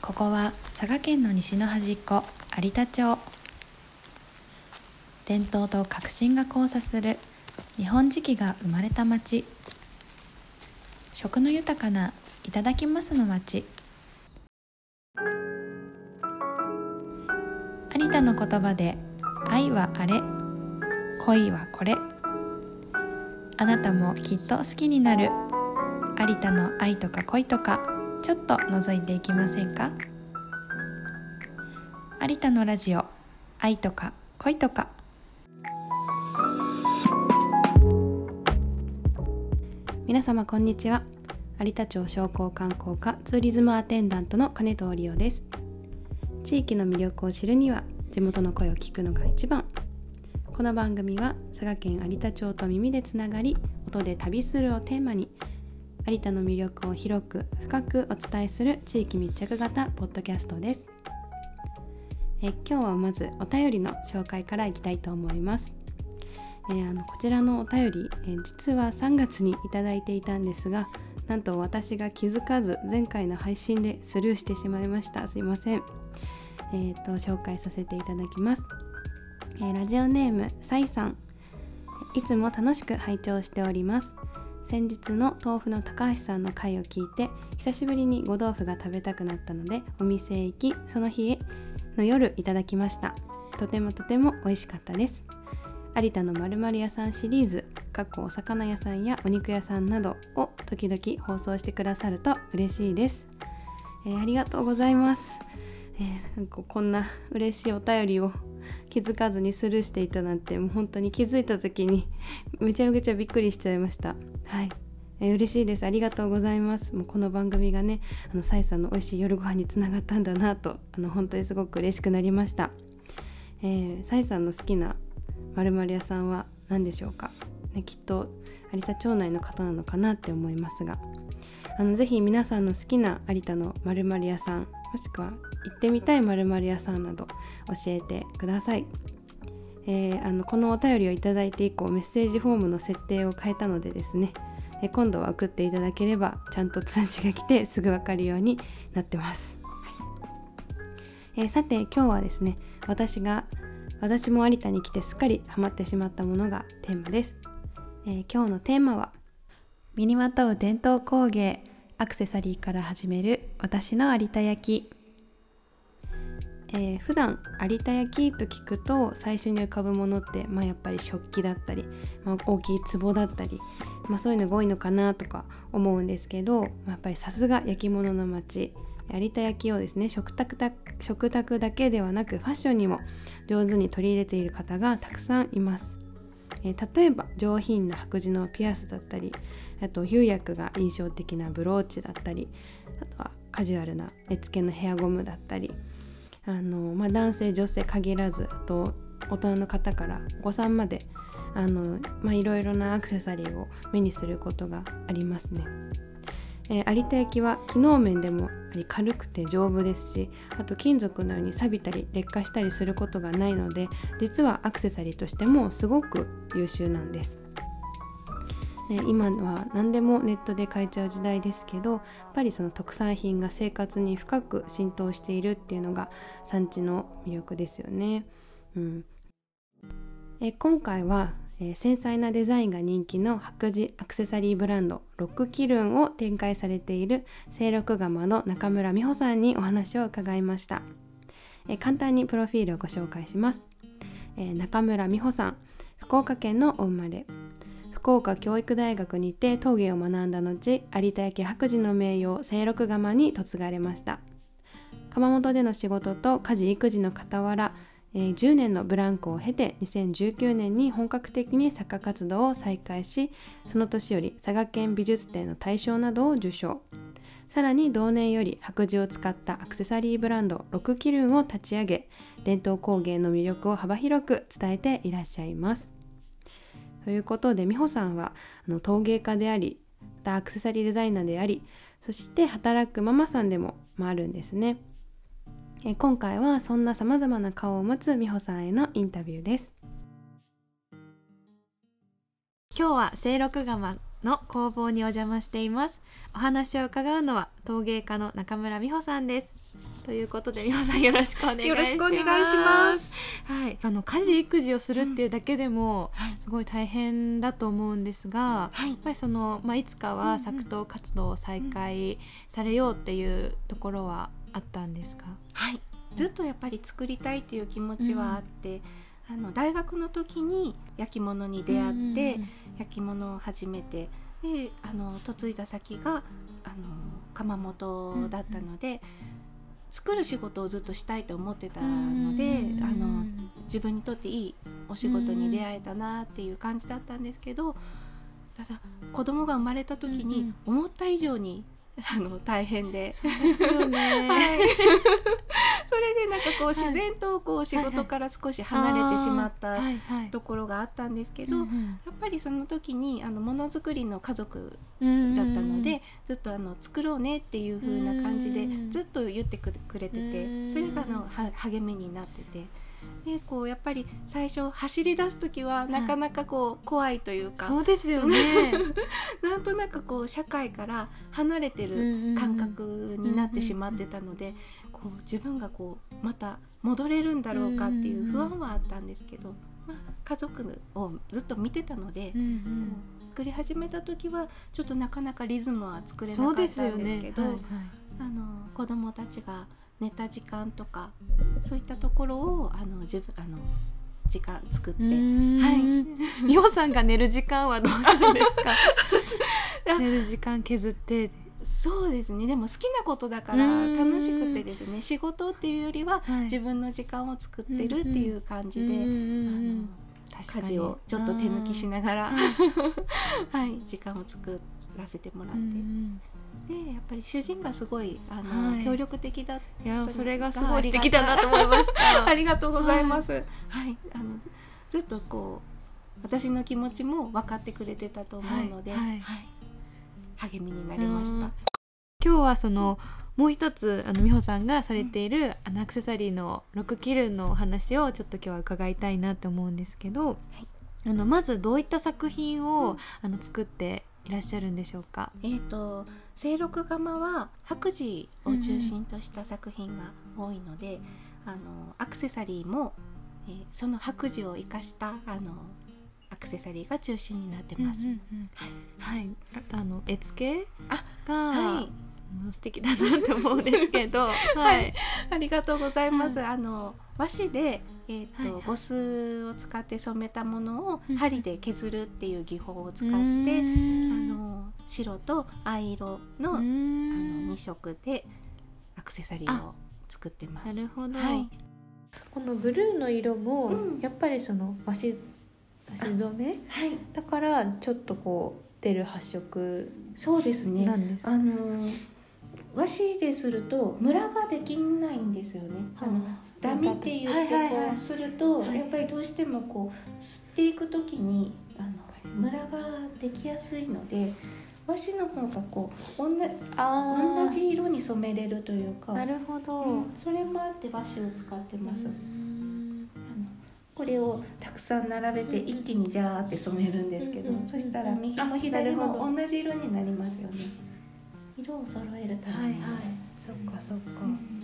ここは佐賀県の西の端っこ有田町。伝統と革新が交差する日本磁器が生まれた町。食の豊かないただきますの町。有田の言葉で愛はあれ、恋はこれ。あなたもきっと好きになる有田の愛とか恋とか、ちょっと覗いていきませんか？有田のラジオ、愛とか恋とか。皆様こんにちは。有田町商工観光課ツーリズムアテンダントの金藤理央です。地域の魅力を知るには地元の声を聞くのが一番。この番組は佐賀県有田町と耳でつながり、音で旅するをテーマに有田の魅力を広く深くお伝えする地域密着型ポッドキャストです。今日はまずお便りの紹介からいきたいと思います。こちらのお便り、実は3月にいただいていたんですが、なんと私が気づかず前回の配信でスルーしてしまいました。すいません。紹介させていただきます。ラジオネームサイさん、いつも楽しく拝聴しております。先日の豆腐の高橋さんの回を聞いて、久しぶりにご豆腐が食べたくなったのでお店へ行き、その日の夜いただきました。とても美味しかったです。有田の〇〇屋さんシリーズ、お魚屋さんやお肉屋さんなどを時々放送してくださると嬉しいです。ありがとうございます。こんな嬉しいお便りを気づかずにスルーしていたなんて、もう本当に気づいた時にめちゃくちゃびっくりしちゃいました。はい、嬉しいです。ありがとうございます。もうこの番組がね、サイさんの美味しい夜ご飯につながったんだなと、本当にすごく嬉しくなりました。サイさんの好きな〇〇屋さんは何でしょうか、きっと有田町内の方なのかなって思いますが、ぜひ皆さんの好きな有田の〇〇屋さん、もしくは行ってみたい〇〇屋さんなど教えてください。このお便りをいただいて以降、メッセージフォームの設定を変えたのでですね、今度は送っていただければちゃんと通知が来てすぐ分かるようになってます。さて今日はですね、私も有田に来てすっかりハマってしまったものがテーマです。今日のテーマは、身にまとう伝統工芸アクセサリーから始める私の有田焼。普段有田焼と聞くと最初に浮かぶものって、やっぱり食器だったり、大きい壺だったり、そういうのが多いのかなとか思うんですけど、やっぱりさすが焼き物の町有田焼をですね、食卓だけではなくファッションにも上手に取り入れている方がたくさんいます。例えば上品な白磁のピアスだったり、あと釉薬が印象的なブローチだったり、あとはカジュアルな絵付けのヘアゴムだったり、男性女性限らず、あと大人の方からお子さんまでいろいろなアクセサリーを目にすることがありますね。有田焼は機能面でも軽くて丈夫ですし、あと金属のように錆びたり劣化したりすることがないので、実はアクセサリーとしてもすごく優秀なんです。今は何でもネットで買えちゃう時代ですけど、やっぱりその特産品が生活に深く浸透しているっていうのが産地の魅力ですよね。今回は繊細なデザインが人気の白磁アクセサリーブランドロックキルンを展開されている清六窯の中村美穂さんにお話を伺いました。簡単にプロフィールをご紹介します。中村美穂さん、福岡県のお生まれ。福岡教育大学にて陶芸を学んだ後、有田焼白磁の名誉清六窯に嫁がれました。窯元での仕事と家事育児の傍ら、10年のブランクを経て2019年に本格的に作家活動を再開し、その年より佐賀県美術展の大賞などを受賞。さらに同年より白磁を使ったアクセサリーブランドロックキルンを立ち上げ、伝統工芸の魅力を幅広く伝えていらっしゃいます。ということで、美穂さんは陶芸家であり、またアクセサリーデザイナーであり、そして働くママさんでもあるんですね。今回はそんな様々な顔を持つ美穂さんへのインタビューです。今日は清六窯の工房にお邪魔しています。お話を伺うのは陶芸家の中村美穂さんです。ということで美穂さんよろしくお願いします。 よろしくお願いします。 はい、家事育児をするっていうだけでもすごい大変だと思うんですが、 はい、 やっぱりいつかは作陶活動を再開されようっていうところはあったんですか？ はい、ずっとやっぱり作りたいという気持ちはあって、大学の時に焼き物に出会って、焼き物を始めて、で嫁いだ先が窯元だったので、作る仕事をずっとしたいと思ってたので、自分にとっていいお仕事に出会えたなっていう感じだったんですけど、ただ子供が生まれた時に思った以上に大変で、 そうですよねはい、それでなんかこう自然とこう仕事から少し離れてしまったところがあったんですけど、やっぱりその時にものづくりの家族だったので、ずっと作ろうねっていう風な感じでずっと言ってくれてて、それが励みになってて、でこうやっぱり最初走り出す時はなかなかこう怖いというか、 そうですよねなんとなくこう社会から離れてる感覚になってしまってたので、こう自分がこうまた戻れるんだろうかっていう不安はあったんですけど、家族をずっと見てたので、作り始めた時はちょっとなかなかリズムは作れなかったんですけど、子どもたちが寝た時間とかそういったところを自分時間作って、 美穂さんが寝る時間はどうするんですか？寝る時間削って。 そうですね、でも好きなことだから楽しくてですね、仕事っていうよりは自分の時間を作ってるっていう感じで、家事をちょっと手抜きしながらはい、時間を作らせてもらって、でやっぱり主人がすごい協力的だった。 いや、それがすごい素敵だなと思いましたありがとうございます。はい、ずっとこう私の気持ちも分かってくれてたと思うので、励みになりました。 今日はもう一つ美穂さんがされているアクセサリーのロクキルンのお話をちょっと今日は伺いたいなと思うんですけど、まずどういった作品を作っていらっしゃるんでしょうか？ 清六窯は白磁を中心とした作品が多いので、アクセサリーも、その白磁を生かしたアクセサリーが中心になってます。 はい、あと絵付けが素敵だなと思うんですけど、 ありがとうございます。和紙で呉須を使って染めたものを針で削るっていう技法を使って白と藍色の2色でアクセサリーを作ってます。 なるほど、このブルーの色もやっぱり和紙染め、だからちょっとこう出る発色そうですね。 なんです。 和紙でするとムラができないんですよね。ダミって言ってこうすると、やっぱりどうしてもこう吸っていくときにムラができやすいので、和紙の方がこう同じ色に染めれるというか。 なるほど、 それもあって和紙を使ってます。これをたくさん並べて一気にジャーって染めるんですけど、そしたら右も左も同じ色になりますよね。色を揃えるために。 そっかそっか。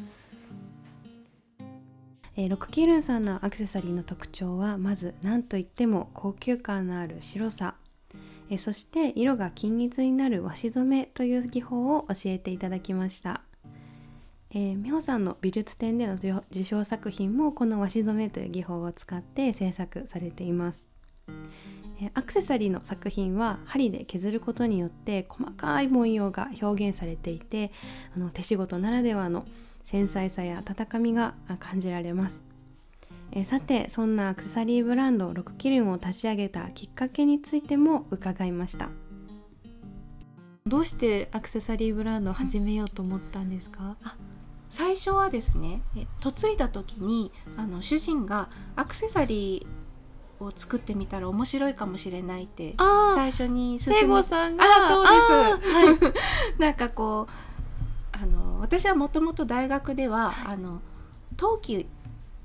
ロクキルンさんのアクセサリーの特徴は、まず何といっても高級感のある白さ、そして色が均一になる和紙染めという技法を教えていただきました。美穂さんの美術展での受賞作品もこの和紙染めという技法を使って制作されています。アクセサリーの作品は針で削ることによって細かい文様が表現されていて、手仕事ならではの繊細さや温かみが感じられます。さて、そんなアクセサリーブランドロクキルンを立ち上げたきっかけについても伺いました。 どうしてアクセサリーブランドを始めようと思ったんですか？ 最初はですね、嫁いだ時に主人がアクセサリーを作ってみたら面白いかもしれないって最初に聖吾さんが。 そうです、なんかこう私はもともと大学では陶器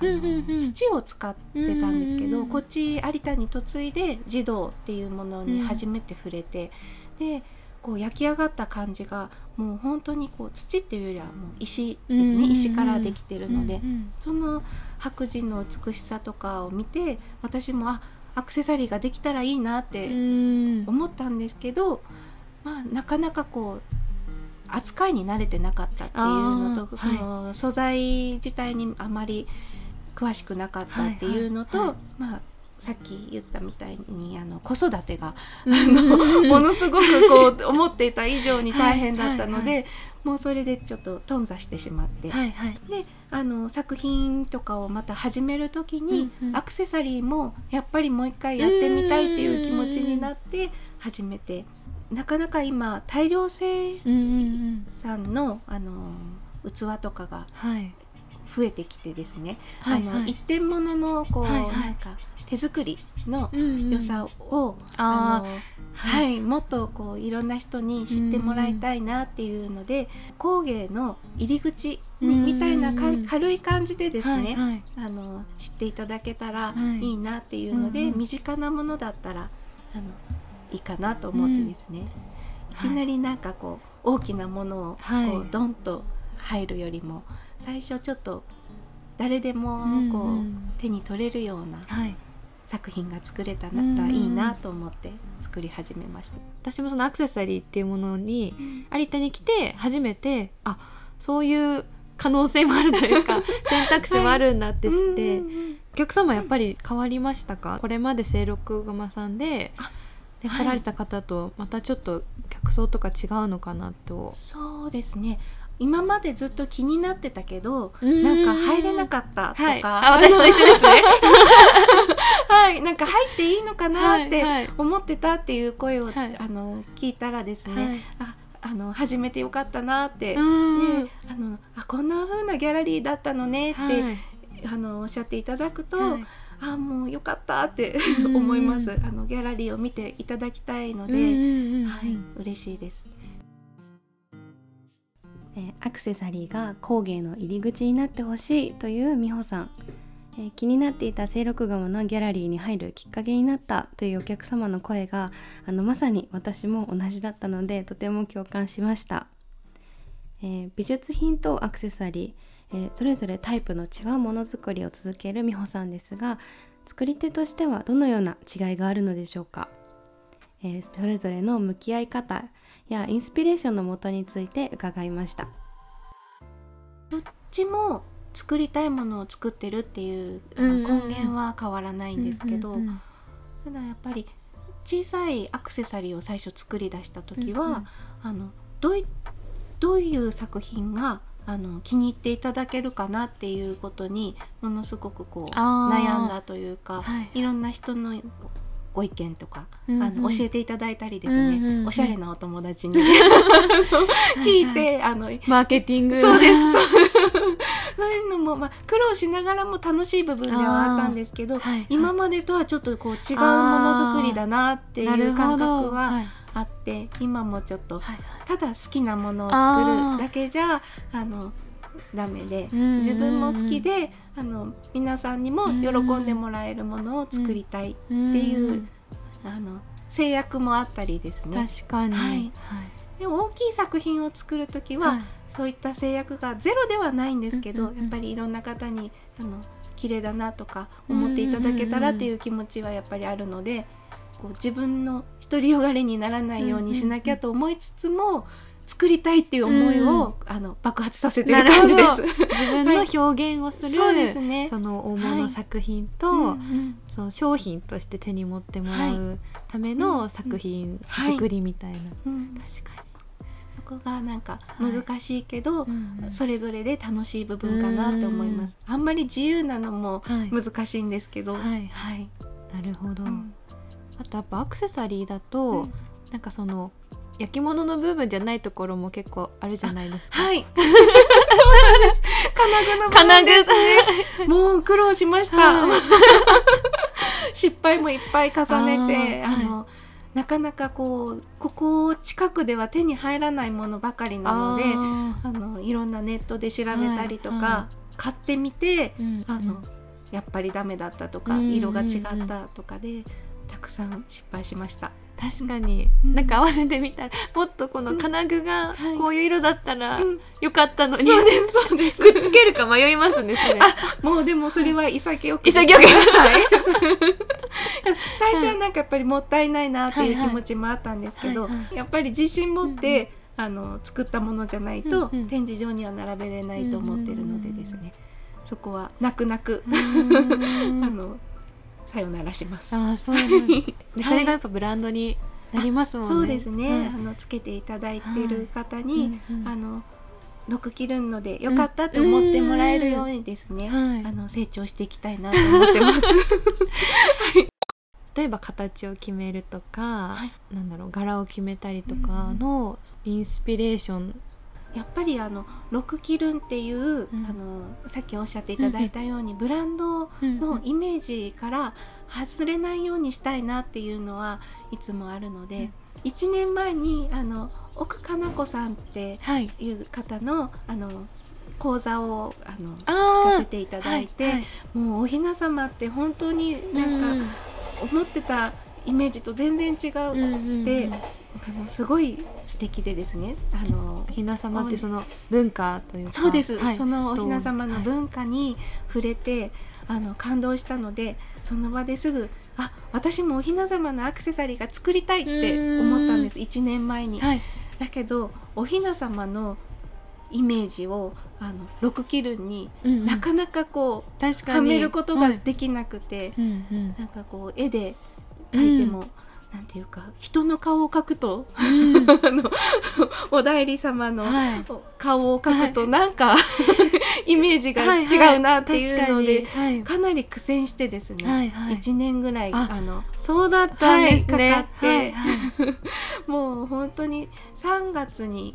土を使ってたんですけど、こっち有田に嫁いで児童っていうものに初めて触れて、でこう焼き上がった感じがもう本当にこう土っていうよりはもう石ですね、石からできてるので、その白磁の美しさとかを見て、私もアクセサリーができたらいいなって思ったんですけど、なかなかこう扱いに慣れてなかったっていうのと、その素材自体にあまり詳しくなかったっていうのと、さっき言ったみたいに子育てがものすごくこう思っていた以上に大変だったので、もうそれでちょっと頓挫してしまって、で作品とかをまた始める時に、アクセサリーもやっぱりもう一回やってみたいっていう気持ちになって始めて、なかなか今大量生産の、器とかが増えてきてですね、一点物のこう、なんか手作りの良さを、もっとこういろんな人に知ってもらいたいなっていうので、工芸の入り口みたいな軽い感じでですね、知っていただけたらいいなっていうので、身近なものだったらいいかなと思ってですね、いきなりなんかこう大きなものをこうドンと入るよりも、最初ちょっと誰でもこう手に取れるような作品が作れたらいいなと思って作り始めました。 私もそのアクセサリーっていうものに有田に来て初めて、そういう可能性もあるというか選択肢もあるんだって知って、お客様やっぱり変わりましたか？これまで清六窯さんで来られた方とまたちょっと客層とか違うのかなと。 そうですね、今までずっと気になってたけど、なんか入れなかったとか、 私と一緒ですねなんか入っていいのかなって思ってたっていう声を、聞いたらですね、始めてよかったなって、こんな風なギャラリーだったのねって、おっしゃっていただくと、もうよかったって思います。ギャラリーを見ていただきたいので、嬉しいです。 アクセサリーが工芸の入り口になってほしいという美穂さん、気になっていた清六窯のギャラリーに入るきっかけになったというお客様の声がまさに私も同じだったので、とても共感しました。美術品とアクセサリー、それぞれタイプの違うものづくりを続ける美穂さんですが、作り手としてはどのような違いがあるのでしょうか。それぞれの向き合い方やインスピレーションのもとについて伺いました。 どっちも作りたいものを作ってるっていう根源は変わらないんですけど、ただやっぱり小さいアクセサリーを最初作り出した時は、どういう作品が気に入っていただけるかなっていうことにものすごくこう悩んだというか、いろんな人のご意見とか、教えていただいたりですね、おしゃれなお友達に聞いて、 マーケティング、 そうですそういうのも、苦労しながらも楽しい部分ではあったんですけど、今までとはちょっとこう違うものづくりだなっていう感覚はあって、今もちょっとただ好きなものを作るだけじゃダメで、自分も好きで皆さんにも喜んでもらえるものを作りたいっていう制約もあったりですね。 確かに、 で大きい作品を作るときは、そういった制約がゼロではないんですけど、やっぱりいろんな方に綺麗だなとか思っていただけたらっていう気持ちはやっぱりあるので、こう自分の独りよがりにならないようにしなきゃと思いつつも、作りたいっていう思いを、爆発させてる感じです。 自分の表現をする、 そうですね、 その大物作品と、その商品として手に持ってもらうための作品作りみたいな、確かにそこがなんか難しいけど、それぞれで楽しい部分かなと思います。あんまり自由なのも難しいんですけど、 なるほど、あとやっぱアクセサリーだと、なんかその焼き物の部分じゃないところも結構あるじゃないですか。そうなんです。金具の部分ですね。もう苦労しました。失敗もいっぱい重ねて、なかなかここ近くでは手に入らないものばかりなので、いろんなネットで調べたりとか、 買ってみて、 うんやっぱりダメだったとか、色が違ったとかでたくさん失敗しました。 確かに、なんか合わせてみたらもっとこの金具がこういう色だったらよかったのに、 そうですそうですくっつけるか迷いますねそれ。 もうでもそれは潔く潔く最初はなんかやっぱりもったいないなっていう気持ちもあったんですけど、やっぱり自信持って、作ったものじゃないと、展示場には並べれないと思ってるのでですね、そこは泣く泣くさよならします。 そうなんでそれがやっぱブランドになりますもんね。 そうですね、つけていただいてる方に、6着るのでよかったと思ってもらえるようにですね、成長していきたいなと思ってます。 例えば形を決めるとか、なんだろう、柄を決めたりとかのインスピレーション、 やっぱり6着るっていう、さっきおっしゃっていただいたように、ブランドのイメージから外れないようにしたいなっていうのはいつもあるので、1年前に奥かな子さんっていう方の、講座を聞かせていただいて、もうおひな様って本当になんか思ってたイメージと全然違うって、すごい素敵でですね、 おひな様ってその文化というか、 そうです、そのおひな様の文化に触れて、感動したので、その場ですぐ私もおひな様のアクセサリーが作りたいって思ったんです、1年前に。だけどおひな様のイメージを6着るになかなかこうはめることができなくて、なんかこう絵で描いても、なんていうか人の顔を描くと、お内裏様の顔を描くとなんかイメージが違うなっていうので、かなり苦戦してですね、1年ぐらいそうだったんですね、 かかって、もう本当に3月に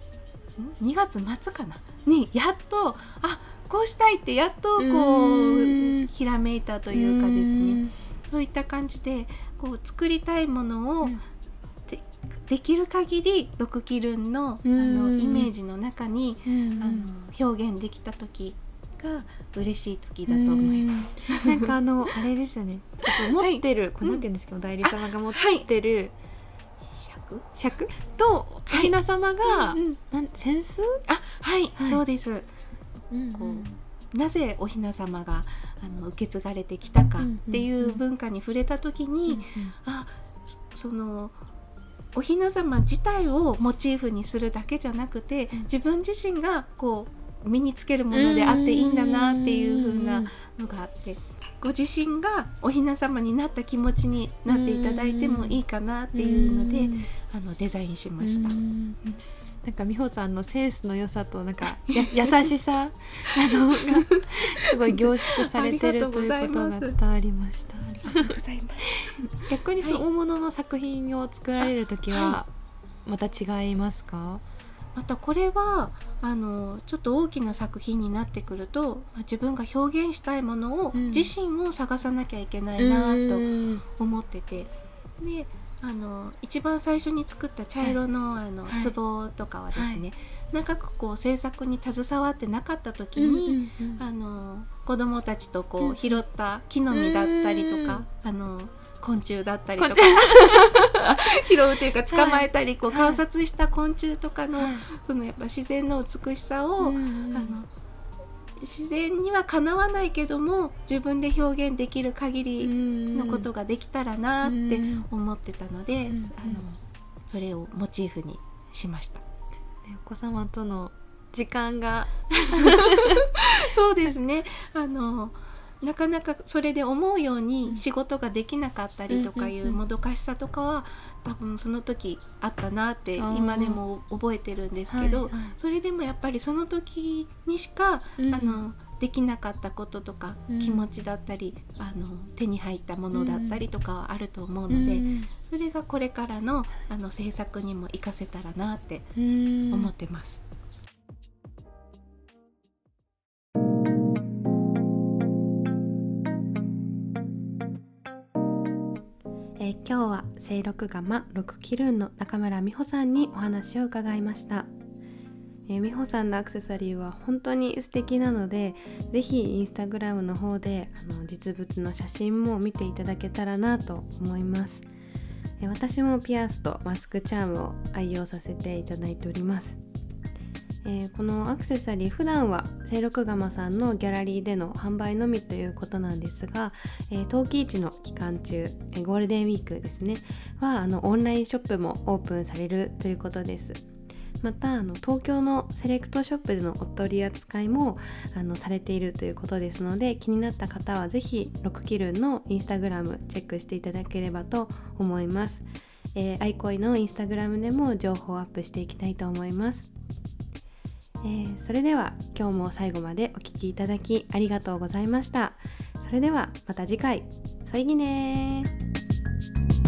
2月末かなにやっとこうしたいってやっとこうひらめいたというかですね、そういった感じでこう作りたいものを できる限り6着るの、イメージの中に、表現できた時が嬉しい時だと思います。 なんかあれですよね、持ってる、これなんて言うんですけど、お代理様が持ってる尺とおひな様が扇子、 そうです。こうなぜおひな様が受け継がれてきたかっていう文化に触れた時に、そのおひな様自体をモチーフにするだけじゃなくて、自分自身がこう身につけるものであっていいんだなっていう風なのがあって、ご自身がおひな様になった気持ちになっていただいてもいいかなっていうのでデザインしました。 なんか美穂さんのセンスの良さとなんか優しさがすごい凝縮されてるということが伝わりました。 ありがとうございます。 逆にその大物の作品を作られる時はまた違いますか？ またこれはちょっと大きな作品になってくると、自分が表現したいものを、自身を探さなきゃいけないなと思ってて、で一番最初に作った茶色の壺とかはですね、長くこう制作に携わってなかった時に、子どもたちとこう拾った木の実だったりとか、昆虫だったりとか拾うというか捕まえたり、こう観察した昆虫とかの、そのやっぱ自然の美しさを、自然にはかなわないけども自分で表現できる限りのことができたらなって思ってたので、それをモチーフにしました。 お子様との時間がそうですね、なかなかそれで思うように仕事ができなかったりとかいうもどかしさとかは多分その時あったなって今でも覚えてるんですけど、それでもやっぱりその時にしかできなかったこととか、気持ちだったり手に入ったものだったりとかはあると思うので、それがこれからの制作にも活かせたらなって思ってます。 今日は清六釜6キルンの中村美穂さんにお話を伺いました。 美穂さんのアクセサリーは本当に素敵なので、ぜひインスタグラムの方で実物の写真も見ていただけたらなと思います。私もピアスとマスクチャームを愛用させていただいております。このアクセサリー、普段は清六釜さんのギャラリーでの販売のみということなんですが、陶器市の期間中、ゴールデンウィークですねはオンラインショップもオープンされるということです。また東京のセレクトショップでのお取り扱いもされているということですので、気になった方はぜひ6キルのインスタグラムチェックしていただければと思います。アイコイのインスタグラムでも情報をアップしていきたいと思います。それでは今日も最後までお聞きいただきありがとうございました。それではまた次回、そいぎねー。